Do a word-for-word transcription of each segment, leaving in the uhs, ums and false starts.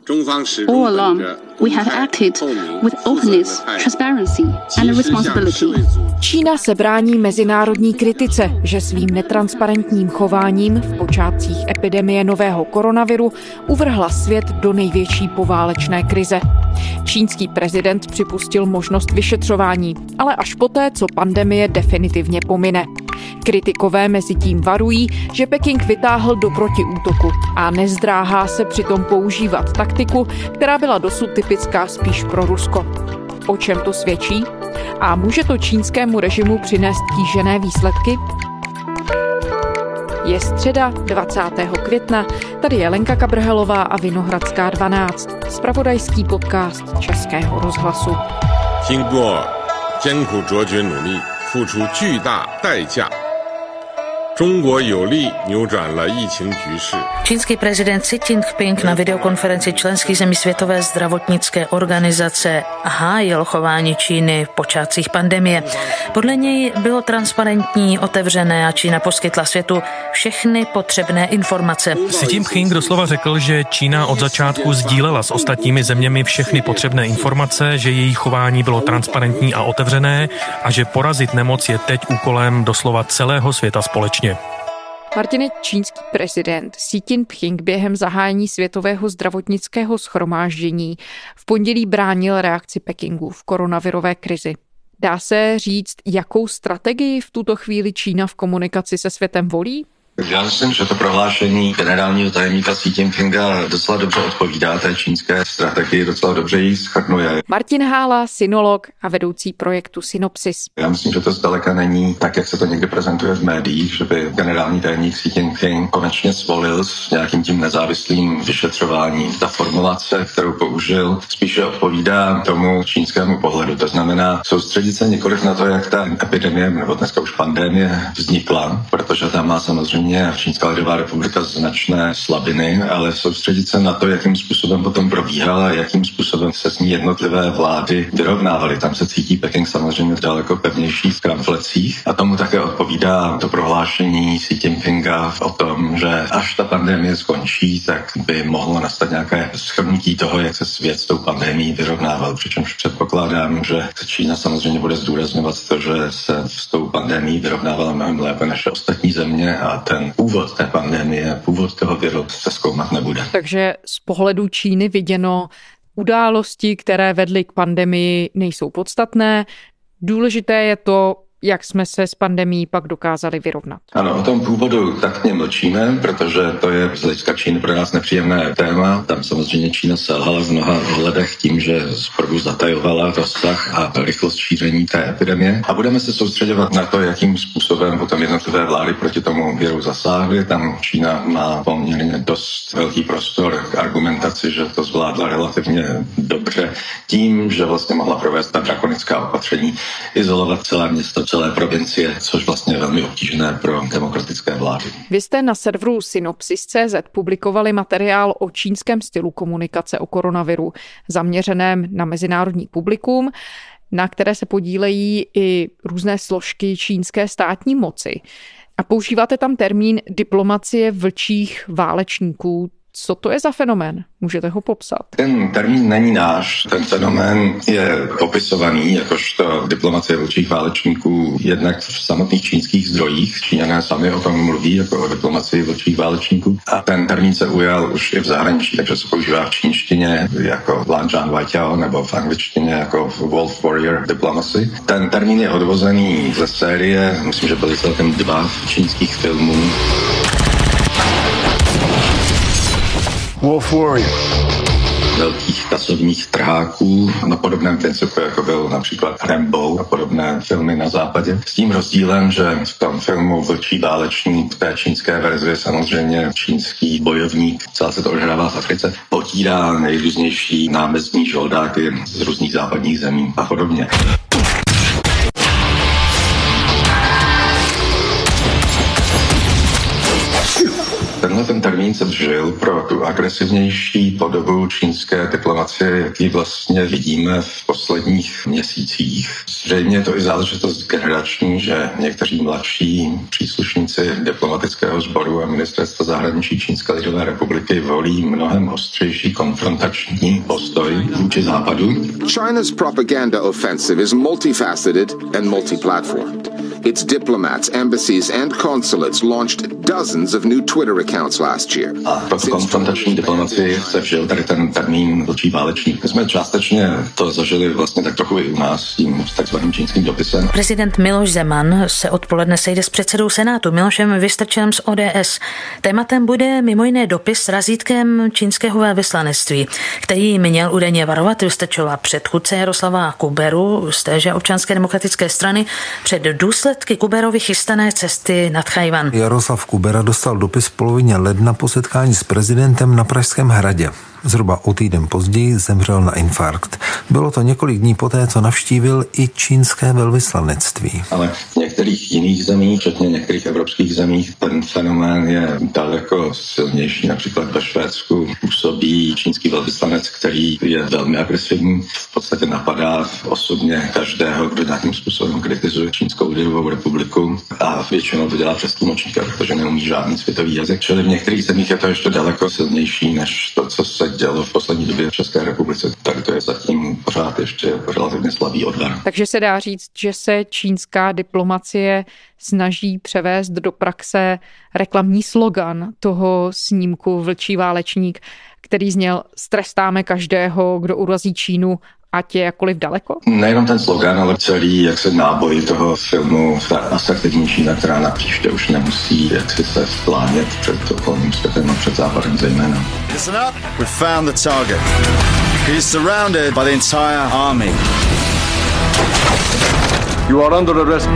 All along, we have acted with openness, transparency and responsibility. Čína se brání mezinárodní kritice, že svým netransparentním chováním v počátcích epidemie nového koronaviru uvrhla svět do největší poválečné krize. Čínský prezident připustil možnost vyšetřování, ale až poté, co pandemie definitivně pomine. Kritikové mezi tím varují, že Peking vytáhl do protiútoku a nezdráhá se přitom používat taktiku, která byla dosud typická spíš pro Rusko. O čem to svědčí? A může to čínskému režimu přinést kýžené výsledky? Je středa dvacátého května, tady je Lenka Kabrhelová a Vinohradská dvanáct, zpravodajský podcast Českého rozhlasu. 经过艰苦卓绝努力，付出巨大代价，中国有力扭转了疫情局势。 Čínský prezident Xi Jinping na videokonferenci členských zemí Světové zdravotnické organizace hájil chování Číny v počátcích pandemie. Podle něj bylo transparentní, otevřené a Čína poskytla světu všechny potřebné informace. Xi Jinping doslova řekl, že Čína od začátku sdílela s ostatními zeměmi všechny potřebné informace, že její chování bylo transparentní a otevřené a že porazit nemoc je teď úkolem doslova celého světa společně. Martine, čínský prezident Xi Jinping během zahájení Světového zdravotnického shromáždění v pondělí bránil reakci Pekingu v koronavirové krizi. Dá se říct, jakou strategii v tuto chvíli Čína v komunikaci se světem volí? Já myslím, že to prohlášení generálního tajemníka Xi Jinpinga docela dobře odpovídá té čínské strategii, docela dobře ji shrnuje. Martin Hála, sinolog a vedoucí projektu Synopsis. Já myslím, že to zdaleka není tak, jak se to někdy prezentuje v médiích, že by generální tajemník Xi Jinping konečně svolil s nějakým tím nezávislým vyšetřováním. Ta formulace, kterou použil, spíše odpovídá tomu čínskému pohledu. To znamená soustředit se nikoliv na to, jak ta epidemie, nebo dneska už pandemie vznikla, protože tam má samozřejmě Čínská lidová republika značné slabiny, ale soustředit se na to, jakým způsobem potom probíhala, jakým způsobem se s ní jednotlivé vlády vyrovnávaly. Tam se cítí Peking samozřejmě v daleko pevnějších kramflecích a tomu také odpovídá to prohlášení Xi Jinpinga o tom, že až ta pandemie skončí, tak by mohlo nastat nějaké shrnutí toho, jak se svět s tou pandemií vyrovnával. Přičemž předpokládám, že Čína samozřejmě bude zdůrazňovat to, že se s tou pandemií vyrovnávala mnohem lépe než ostatní země a ten původ té pandemie, původ toho viru se zkoumat nebude. Takže z pohledu Číny viděno, události, které vedly k pandemii, nejsou podstatné. Důležité je to, jak jsme se s pandemií pak dokázali vyrovnat. Ano, o tom původu taktně mlčíme, protože to je z hlediska Číny pro nás nepříjemné téma. Tam samozřejmě Čína selhala v mnoha ohledech tím, že zprvu zatajovala rozsah a rychlost šíření té epidemie. A budeme se soustředovat na to, jakým způsobem potom jednotlivé vlády proti tomu viru zasáhly. Tam Čína má poměrně dost velký prostor k argumentaci, že to zvládla relativně dobře tím, že vlastně mohla provést ta drakonická opatření, izolovat celé město, celé provincie, což vlastně je velmi obtížné pro demokratické vlády. Vy jste na serveru Synopsis tečka cé zet publikovali materiál o čínském stylu komunikace o koronaviru, zaměřeném na mezinárodní publikum, na které se podílejí i různé složky čínské státní moci. A používáte tam termín diplomacie vlčích válečníků. Co to je za fenomén? Můžete ho popsat? Ten termín není náš. Ten fenomén je popisovaný jakožto diplomacie vlčích válečníků jednak v samotných čínských zdrojích. Číňané sami o tom mluví jako o diplomacii vlčích válečníků. A ten termín se ujal už i v zahraničí, takže se používá v čínštině jako Lanzhan Weijiao nebo v angličtině jako Wolf Warrior Diplomacy. Ten termín je odvozený ze série, myslím, že byly celkem dva čínských filmů. Wolf Warrior. Velkých kasovních trháků na podobném principu, jako byl například Rambo a podobné filmy na západě. S tím rozdílem, že v tom filmu Vlčí válečník, v té čínské verzi samozřejmě čínský bojovník, celá se to odehrává v Africe, potírá nejrůznější námezní žoldáky z různých západních zemí a podobně. tenhle ten termín se vžil pro tu agresivnější podobu čínské diplomacie, jaký vlastně vidíme v posledních měsících. Zřejmě je to i záležitost generační, že někteří mladší příslušníci diplomatického sboru a ministerstva zahraničí Čínské lidové republiky volí mnohem ostřejší konfrontační postoj vůči západu. China's propaganda offensive is multifaceted and multi-platformed. Its diplomats, embassies and consulates launched dozens of new Twitter accounts last year. A pro konfrontační diplomacii se vžil tady ten termín vlčí válečník. My jsme částečně to zažili vlastně tak trochu i u nás s tím takzvaným čínským dopisem. Prezident Miloš Zeman se odpoledne sejde s předsedou Senátu Milošem Vystrčilem z O D S. Tématem bude mimo jiné dopis s razítkem čínského velvyslanectví, který měl údajně varovat Vystrčilova předchůdce Jaroslava Kuberu z téže Občanské demokratické strany před důsledky Kuberovy chystané cesty nad Tchaj-wan. Jaroslav Kubera dostal dopis v polovině ledna po setkání s prezidentem na Pražském hradě. Zhruba o týden později zemřel na infarkt. Bylo to několik dní poté, co navštívil i čínské velvyslanectví. Ale v některých jiných zemích, včetně některých evropských zemích, ten fenomén je daleko silnější. Například ve Švédsku působí čínský velvyslanec, který je velmi agresivní. V podstatě napadá osobně každého, kdo nějakým způsobem kritizuje Čínskou lidovou republiku, a většinou to dělá přes tlumočníka, protože neumí žádný světový jazyk. Čili v některých zemích je to ještě daleko silnější než to, co se dělo v poslední době v České republice. Tak to je zatím pořád ještě relativně slabý odvar. Takže se dá říct, že se čínská diplomacie snaží převést do praxe reklamní slogan toho snímku Vlčí válečník, který zněl: strestáme každého, kdo urazí Čínu, ať je jakkoliv daleko? Nejenom ten slogan, ale celý jak se náboj toho filmu, ta asertivní Čína, která napříště už nemusí jaksi se sklánět před okolním světem a před západem zejména. Listen up, we found the target. He is surrounded by the entire army. You are under arrest.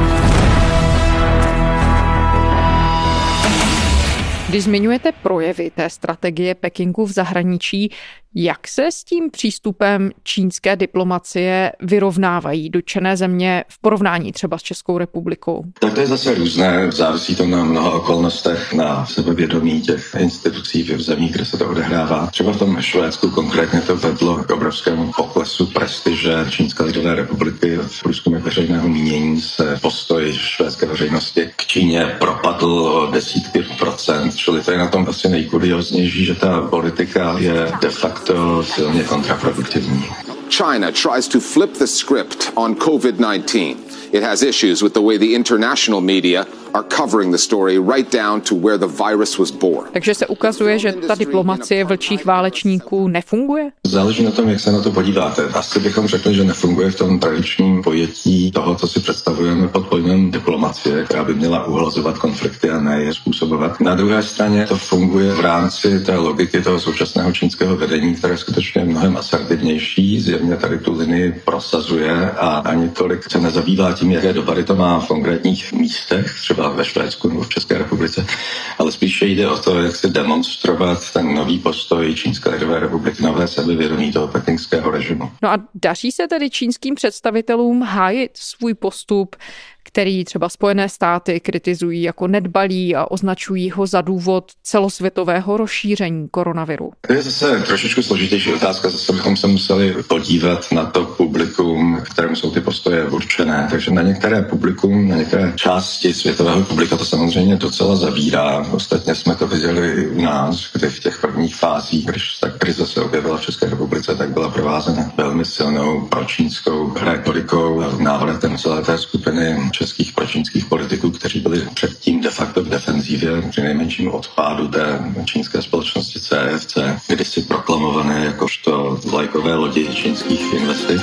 Když zmiňujete projevy té strategie Pekingu v zahraničí, jak se s tím přístupem čínské diplomacie vyrovnávají dotčené země v porovnání třeba s Českou republikou? Tak to je zase různé, závisí to na mnoha okolnostech, na sebevědomí těch institucí v zemích, kde se to odehrává. Třeba v tom Švédsku konkrétně to vedlo k obrovskému poklesu prestiže Čínské lidové republiky. V průzkumech veřejného mínění se postoj švédské veřejnosti k Číně propadl o desítky procent, čili to je na tom asi nejkurioznější, že ta politika je de facto to silně kontraproduktivní. China tries to flip the script on COVID nineteen. It has issues with the way the international media are covering the story right down to where the virus was born. Takže se ukazuje, že ta diplomacie vlčích válečníků nefunguje? Záleží na tom, jak se na to podíváte. Asi bychom řekli, že nefunguje v tom tradičním pojetí toho, co si představujeme pod pojmem diplomacie, která by měla uhlazovat konflikty a ne je způsobovat. Na druhé straně to funguje v rámci té logiky toho současného čínského vedení, které je skutečně mnohem asertivnější, zjevně tady tu linii prosazuje a ani tolik se nezabývá tím, jaké dopady to má v konkrétních místech, třeba ve Švédsku nebo v České republice, ale spíše jde o to, jak se demonstrovat ten nový postoj Čínské lidové republiky, nové sebevědomí toho pekingského režimu. No a daří se tedy čínským představitelům hájit svůj postup, který třeba Spojené státy kritizují jako nedbalý a označují ho za důvod celosvětového rozšíření koronaviru? To je zase trošičku složitější otázka, zase bychom se museli podívat na to publikum, kterému jsou ty postoje určené. Takže na některé publikum, na některé části světového publika to samozřejmě docela zavírá. Ostatně jsme to viděli i u nás, kdy v těch prvních fázích, když ta krize se objevila v České republice, tak byla provázena velmi silnou pročínskou rétorikou a návratem celé té skupiny českých pročínských politiků, kteří byli předtím de facto v defenzívě při nejmenším odpádu té čínské společnosti C F C, kdysi proklamované jakožto vlajkové lodi čínských investic.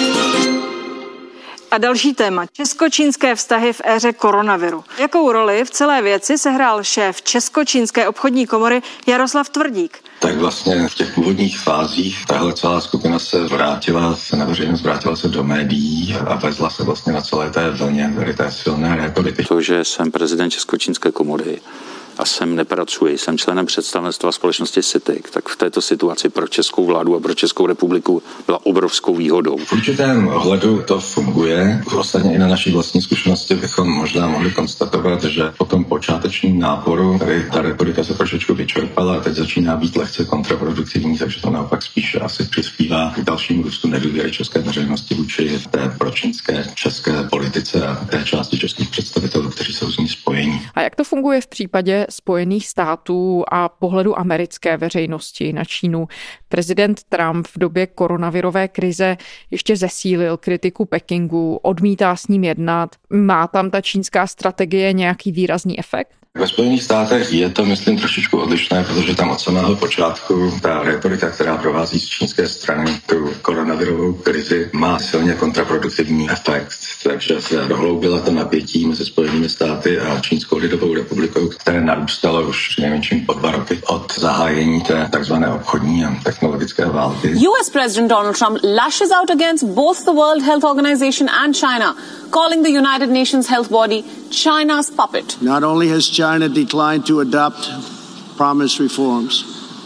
A další téma. Česko-čínské vztahy v éře koronaviru. Jakou roli v celé věci sehrál šéf Česko-čínské obchodní komory Jaroslav Tvrdík? Tak vlastně v těch původních fázích tahle celá skupina se vrátila, se na veřejnost vrátila se do médií a vezla se vlastně na celé té vlně, tady té silné rétoriky. To, že jsem prezident Česko-čínské komory, a sem nepracuji, jsem členem představenstva společnosti CITIC, tak v této situaci pro českou vládu a pro Českou republiku byla obrovskou výhodou. V určitém ohledu to funguje. Ostatně i na naší vlastní zkušenosti bychom možná mohli konstatovat, že po tom počátečním náporu tady ta retorika se trošičku vyčerpala a teď začíná být lehce kontraproduktivní, takže to naopak spíše asi přispívá k dalšímu růstu nedůvěry české veřejnosti vůči té pročínské české politice a té části českých představitelů, kteří jsou z ní spojení. A jak to funguje v případě Spojených států a pohledu americké veřejnosti na Čínu? Prezident Trump v době koronavirové krize ještě zesílil kritiku Pekingu, odmítá s ním jednat. Má tam ta čínská strategie nějaký výrazný efekt? Ve Spojených státech je to, myslím, trošičku odlišné, protože tam od samého počátku ta retorika, která provází z čínské strany tu koronavirovou krizi, má silně kontraproduktivní efekt. Takže se dohloubila to napětí mezi Spojenými státy a Čínskou lidovou republikou, které narůstalo už nejmenším po dva roky od zahájení té takzvané obchodní a technologické války. U S President Donald Trump lashes out against both the World Health Organization and China, calling the United Nations health body China's puppet. Not only has China declined to adopt promised reforms,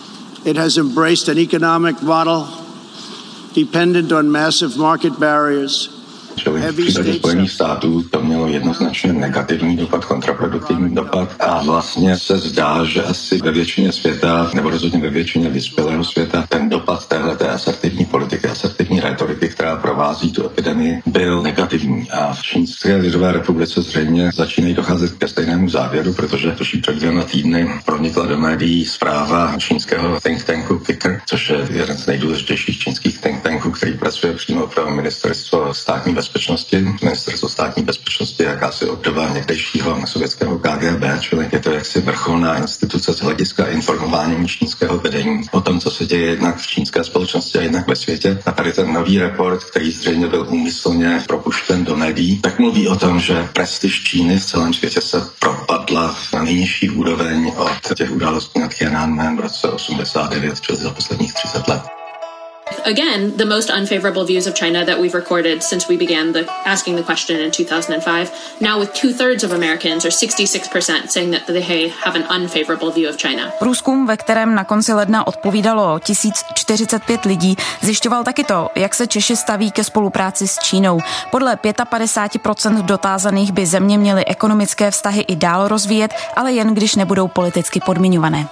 it has embraced an economic model dependent on massive market barriers. Čili v případě Spojených států to mělo jednoznačně negativní dopad, kontraproduktivní dopad a vlastně se zdá, že asi ve většině světa, nebo rozhodně ve většině vyspělého světa, ten dopad téhleté asertivní politiky, asertivní retoriky, která provází tu epidemii, byl negativní. A v Čínské lidové republice zřejmě začínají docházet ke stejnému závěru, protože tuší před dvěma týdny pronikla do médií zpráva čínského think tanku K I C R, což je jeden z nejdůležitějších čínských think tanků, který pracuje přímo pro ministerstvo státní bezpečnosti. Ministerstvo státní bezpečnosti je jakási obdoba někdejšího sovětského K G B, čili je to jaksi vrcholná instituce z hlediska informování čínského vedení o tom, co se děje jednak v čínské společnosti a jednak ve světě. A tady ten nový report, který zřejmě byl úmyslně propuštěn do médií, tak mluví o tom, že prestiž Číny v celém světě se propadla na nejnižší úroveň od těch událostí nad Tiananmen v roce osmdesát devět, čili za posledních třicet let. Again, the most unfavorable views of China that we've recorded since we began the asking the question in two thousand five. Now with two-thirds of Americans, or sixty-six percent, saying that they have an unfavorable view of China. Průzkum, ve kterém na konci ledna odpovídalo tisíc čtyřicet pět lidí, zjišťoval taky to, jak se Češi staví ke spolupráci s Čínou. Podle padesát pět procent dotázaných by země měly ekonomické vztahy i dál rozvíjet, ale jen když nebudou politicky podmiňované.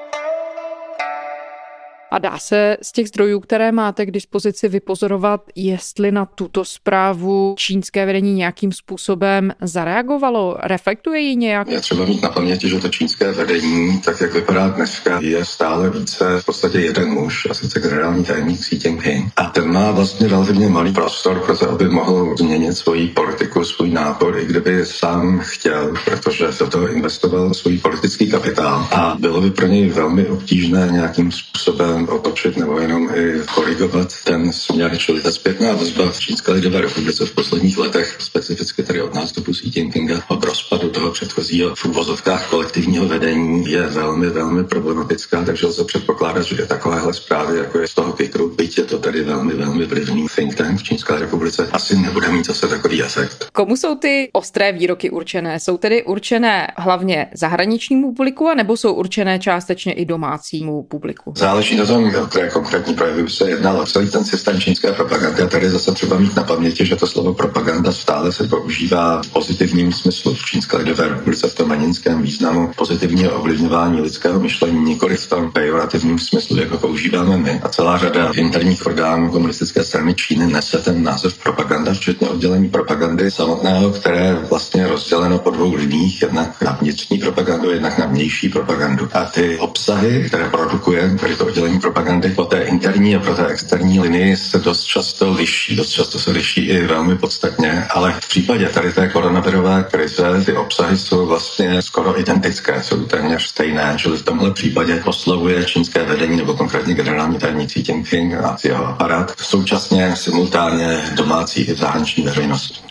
A dá se z těch zdrojů, které máte k dispozici, vypozorovat, jestli na tuto zprávu čínské vedení nějakým způsobem zareagovalo? Reflektuje ji nějak? Je třeba mít na paměti, že to čínské vedení, tak jak vypadá dneska, je stále více v podstatě jeden muž, a sice generální tajemník Xi Jinping. A ten má vlastně relativně malý prostor pro to, aby mohl změnit svoji politiku, svůj nápor, i kdyby sám chtěl, protože do toho investoval svůj politický kapitál. A bylo by pro něj velmi obtížné nějakým způsobem otočit nebo jenom i korigovat ten směr, čili ta zpětná vazba v Čínské lidové republice v posledních letech, specificky tady od nástupu Xi Jinpinga, od rozpadu toho předchozího v úvozovkách kolektivního vedení, je velmi, velmi problematická, takže lze předpokládat, že takovéhle zprávy, jako je z toho K I C R, byť je to tady velmi, velmi vlivný think tank v Čínské republice, asi nebude mít zase takový efekt. Komu jsou ty ostré výroky určené? Jsou tedy určené hlavně zahraničnímu publiku, nebo jsou určené částečně i domácímu publiku? Záleží na tom, o které konkrétní projevy by se jednalo. Celý ten systém čínské propagandy, a tady zase třeba mít na paměti, že to slovo propaganda stále se používá v pozitivním smyslu v Čínské lidové republice, v tom leninském významu pozitivního ovlivňování lidského myšlení, nikoli v tom pejorativním smyslu, jak ho používáme my. A celá řada interních orgánů komunistické strany Číny nese ten název propaganda, včetně oddělení propagandy samotného, které je vlastně rozděleno po dvou liních, jednak na vnitřní propagandu, jednak na vnější propagandu. A ty obsahy, které produkuje tady to oddělení propagandy po té interní a po té externí linii se dost často liší. Dost často se liší i velmi podstatně, ale v případě tady té koronavirové krize ty obsahy jsou vlastně skoro identické, jsou téměř stejné, čili v tomhle případě oslovuje čínské vedení nebo konkrétně generální tajemník Xi Jinping a jeho aparát současně simultánně domácí i zahraniční veřejnost.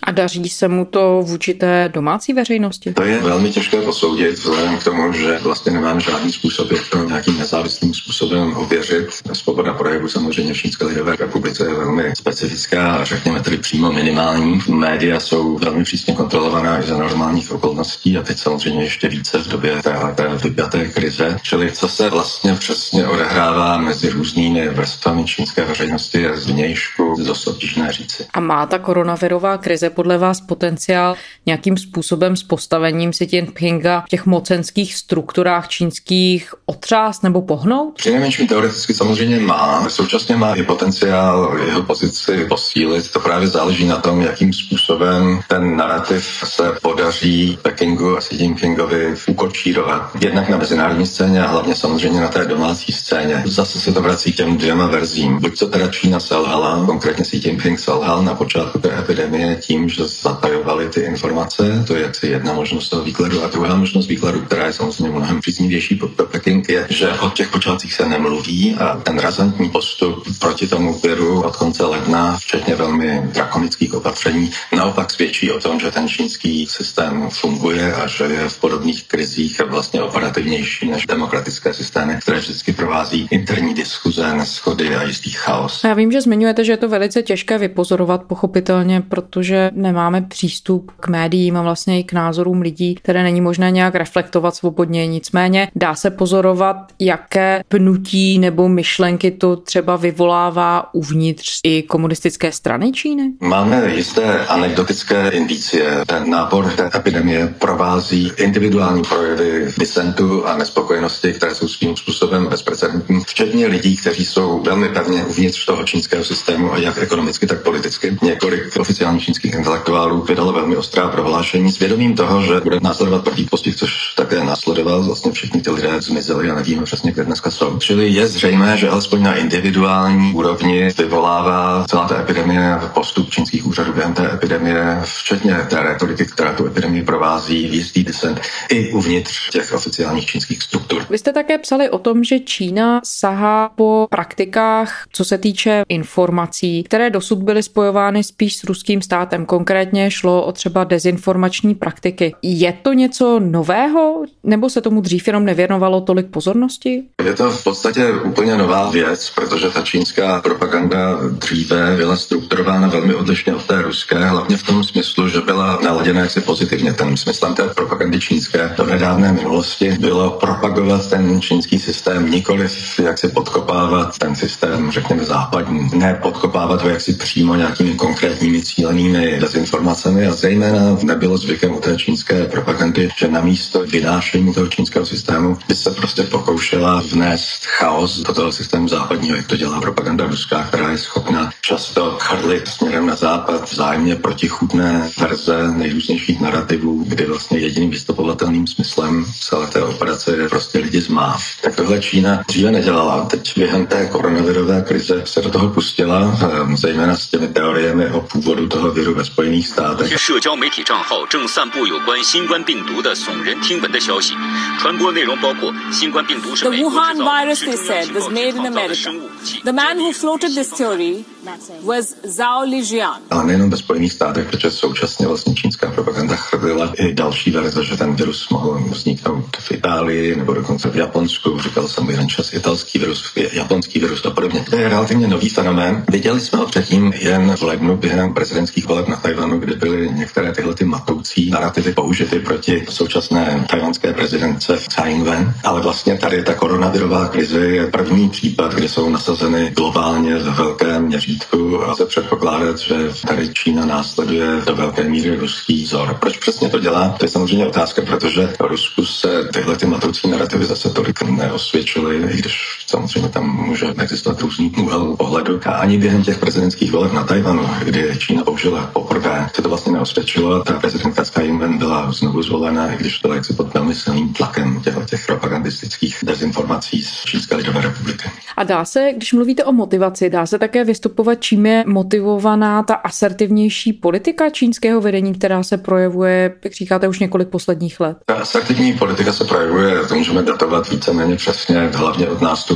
A daří se mu to vůči té domácí veřejnosti? To je velmi těžké posoudit, vzhledem k tomu, že vlastně nemáme žádný způsob, jak to nějakým nezávislým způsobem ověřit. Svoboda projevu samozřejmě v Čínské lidové republice je velmi specifická a řekněme tedy přímo minimální. Média jsou velmi přísně kontrolovaná i za normálních okolností a teď samozřejmě ještě více v době téhleté vypjaté krize. Čili co se vlastně přesně odehrává mezi různými vrstvami čínské veřejnosti je zvnějšku dost obtížné říci. A má ta koronavirová krize podle vás potenciál nějakým způsobem s postavením Xi Jinpinga v těch mocenských strukturách čínských otřást nebo pohnout? Přinejmenším teoreticky samozřejmě má. Současně má i potenciál jeho pozici posílit. To právě záleží na tom, jakým způsobem ten narrativ se podaří Pekingu a Xi Jinpingovi ukočírovat. Jednak na mezinárodní scéně a hlavně samozřejmě na té domácí scéně. Zase se to vrací k těm dvěma verzím. Buď to teda Čína selhala, konkrétně Xi Jinping selhal na počátku té epidemie tím, že zatajovali ty informace, to je jaksi jedna možnost toho výkladu. A druhá možnost výkladu, která je samozřejmě mnohem příznivější pro Peking, je, že o těch počátcích se nemluví a ten razantní postup proti tomu viru od konce ledna, včetně velmi drakonických opatření, naopak svědčí o tom, že ten čínský systém funguje a že je v podobných krizích vlastně operativnější než demokratické systémy, které vždycky provází interní diskuze, neshody a jistý chaos. Já vím, že zmiňujete, že je to velice těžké vypozorovat pochopitelně, protože nemáme přístup k médiím a vlastně i k názorům lidí, které není možné nějak reflektovat svobodně. Nicméně dá se pozorovat, jaké pnutí nebo myšlenky to třeba vyvolává uvnitř i komunistické strany Číny? Máme jisté anekdotické indicie. Ten nápor té epidemie provází individuální projevy disentu a nespokojenosti, které jsou svým způsobem bezprecedentní, včetně lidí, kteří jsou velmi pevně uvnitř toho čínského systému a jak ekonomicky, tak politicky. Několik oficiálních čínských intelektuálů vydalo velmi ostrá prohlášení s vědomím toho, že bude následovat tvrdý postih, což také následoval. Vlastně všichni ty lidé zmizeli a nevíme přesně, kde dneska jsou. Čili je zřejmé, že alespoň na individuální úrovni vyvolává celá ta epidemie postup čínských úřadů během té epidemie, včetně té retoriky, která tu epidemii provází, jistý disent i uvnitř těch oficiálních čínských struktur. Vy jste také psali o tom, že Čína sahá po praktikách, co se týče informací, které dosud byly spojovány spíš s ruským státem. Konkrétně šlo o třeba dezinformační praktiky. Je to něco nového, nebo se tomu dřív jenom nevěnovalo tolik pozornosti? Je to v podstatě úplně nová věc, protože ta čínská propaganda dříve byla strukturována velmi odlišně od té ruské, hlavně v tom smyslu, že byla naladěna jaksi pozitivně. Ten smyslem té propagandy čínské do nedávné minulosti bylo propagovat ten čínský systém, nikoliv jak si podkopávat ten systém, řekněme západní, ne podkopávat ho jaksi přímo nějakými konkrétními cílenými dezinformacemi a zejména nebylo zvykem u té čínské propagandy, že namísto vynášení toho čínského systému by se prostě pokoušela vnést chaos do toho systému západního, jak to dělá propaganda ruská, která je schopna často chrlit směrem na západ vzájemně protichůdné verze nejrůznějších narrativů, kdy vlastně jediným vystupovatelným smyslem celé té operace je prostě lidi zmáv. Tak tohle Čína dříve nedělala. Teď během té koronavirové krize se do toho pustila, zejména s těmi teoriemi o původu toho viru ve Spojených státech. The Wuhan virus, they said, was made in America. The man who floated this theory was Zhao Lijian. Ale nejenom ve Spojených státech, protože současně vlastně čínská propaganda chrlila i další verze, že ten virus mohl vzniknout v Itálii nebo dokonce v Japonsku. Říkal jsem jeden čas italský virus, japonský virus a podobně. To je relativně nový fenomén. Viděli jsme ho předtím jen v lednu během prezidentských voleb na Tajvanu, kde byly některé tyhle ty matoucí narrativy použity proti současné tajvanské prezidentce Tsai Ing-wen. Ale vlastně tady ta koronavirová krize je první případ, kde jsou nasazeny globálně ve velkém měřítku a se předpokládat, že tady Čína následuje do velké míry ruský vzor. Proč přesně to dělá? To je samozřejmě otázka, protože v Rusku se tyhle ty matoucí narrativy zase tolik neosvědčily, i když samozřejmě tam může existovat různý úhel pohledu. A ani během těch prezidentských voleb na Tajvanu, kdy Čína použila poprvé, se to vlastně neosvědčilo. Ta prezidentka Tsai Ing-wen byla znovu zvolena, i když byla jaksi pod velmi silným tlakem těch, těch propagandistických dezinformací z Čínské lidové republiky. A dá se, když mluvíte o motivaci, dá se také vystupovat, čím je motivovaná ta asertivnější politika čínského vedení, která se projevuje, jak říkáte, už několik posledních let? Ta asertivní politika se projevuje, to můžeme datovat víceméně přesně, hlavně od nástupu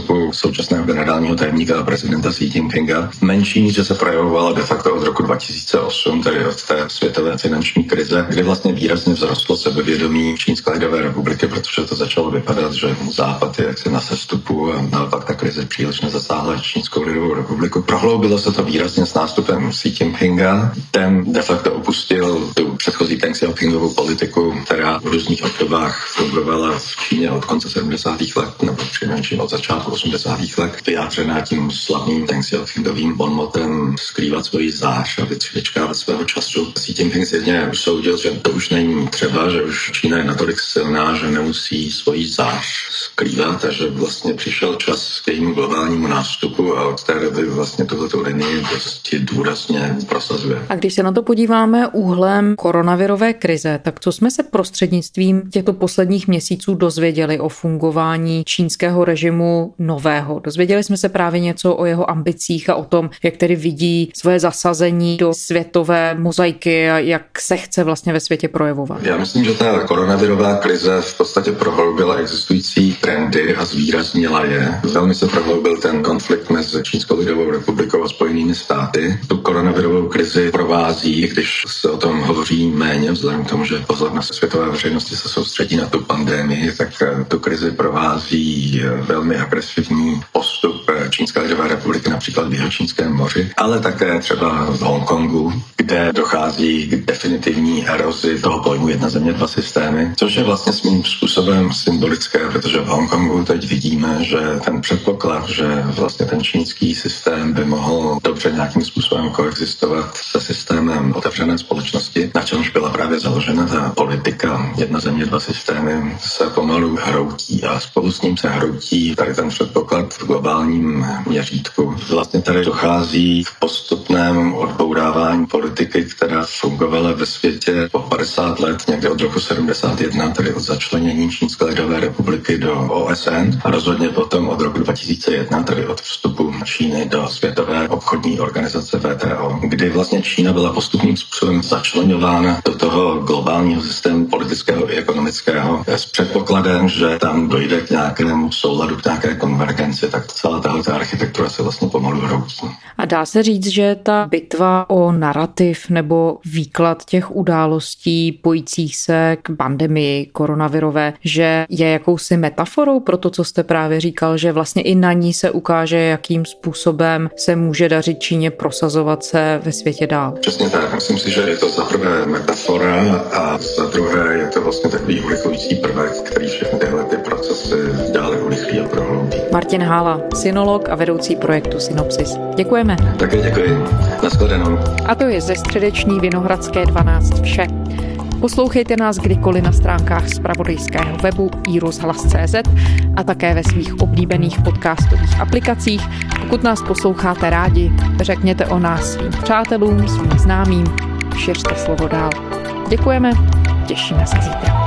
nástupu současného generálního tajemníka a prezidenta Xi Jinpinga v menší míře se projevovala de facto od roku dva tisíce osm, tedy od té světové finanční krize, kdy vlastně výrazně vzrostlo sebevědomí Čínské lidové republiky, protože to začalo vypadat, že Západ je jaksi na sestupu a naopak ta krize příliš nezasáhla Čínskou lidovou republiku. Prohloubilo se to výrazně s nástupem Xi Jinpinga. Ten de facto opustil tu předchozí Deng Xiaopingovou politiku, která v různých obdobách fungovala v Číně od konce sedmdesátých let nebo přinejmenším od začátku osmdesátých let, vyjádřená tím slavným Deng Xiaopingovým bonmotem skrývat svoji zář a vyčkávat svého času. Xi Jinping si jedně usoudil, že to už není třeba, že už Čína je natolik silná, že nemusí svoji zář skrývat a že vlastně přišel čas k jejímu globálnímu nástupu a od té doby vlastně tuhletu linii dosti důrazně prosazuje. A když se na to podíváme úhlem koronavirové krize, tak co jsme se prostřednictvím těchto posledních měsíců dozvěděli o fungování čínského režimu nového? Dozvěděli jsme se právě něco o jeho ambicích a o tom, jak tedy vidí svoje zasazení do světové mozaiky a jak se chce vlastně ve světě projevovat. Já myslím, že ta koronavirová krize v podstatě prohloubila existující trendy a zvýraznila je. Velmi se prohloubil ten konflikt mezi Čínskou lidovou republikou a Spojenými státy. Tu koronavirovou krizi provází, když se o tom hovoří méně, vzhledem k tomu, že pozornost světové veřejnosti se soustředí na tu pandemii, tak tu krizi provází velmi agresivní postup Čínské lidové republiky například v Jihočínském moři, ale také třeba v Hongkongu, kde dochází k definitivní erozi toho pojmu jedna země, dva systémy, což je vlastně svým způsobem symbolické, protože v Hongkongu teď vidíme, že ten předpoklad, že vlastně ten čínský systém by mohl dobře nějakým způsobem koexistovat se systémem otevřené společnosti, na čemž byla právě založena ta politika jedna země, dva systémy, se pomalu hroutí a spolu s ním se hroutí tady ten předpoklad v globálním měřítku. Vlastně tady dochází k postupnému odbourávání politiky, která fungovala ve světě po padesát let, někde od roku sedmdesát jedna, tedy od začlenění Čínské lidové republiky do O S N a rozhodně potom od roku dva tisíce jedna, tedy od vstupu Číny do Světové obchodní organizace W T O, kdy vlastně Čína byla postupným způsobem začleňována do toho globálního systému politického i ekonomického s předpokladem, že tam dojde k nějakému souladu, k nějaké konvergenci, tak celá tahle architektura se vlastně pomalu hroutí. A dá se říct, že ta bitva o narrativ nebo výklad těch událostí pojících se k pandemii koronavirové, že je jakousi metaforou pro to, co jste právě říkal, že vlastně i na ní se ukáže, jakým způsobem se může dařit Číně prosazovat se ve světě dál. Přesně tak. Myslím si, že je to za prvé metafora a za druhé je to vlastně takový urychlující prvek, který všechny tyhle ty procesy dále urychlí a prohloubí. Martin Hála, synolog a vedoucí projektu Synopsis. Děkujeme. Také děkuji. Nashledanou. A to je ze středeční Vinohradské dvanáct vše. Poslouchejte nás kdykoliv na stránkách zpravodajského webu i rozhlas tečka cé zet a také ve svých oblíbených podcastových aplikacích. Pokud nás posloucháte rádi, řekněte o nás svým přátelům, svým známým, šiřte slovo dál. Děkujeme, těšíme se zítra.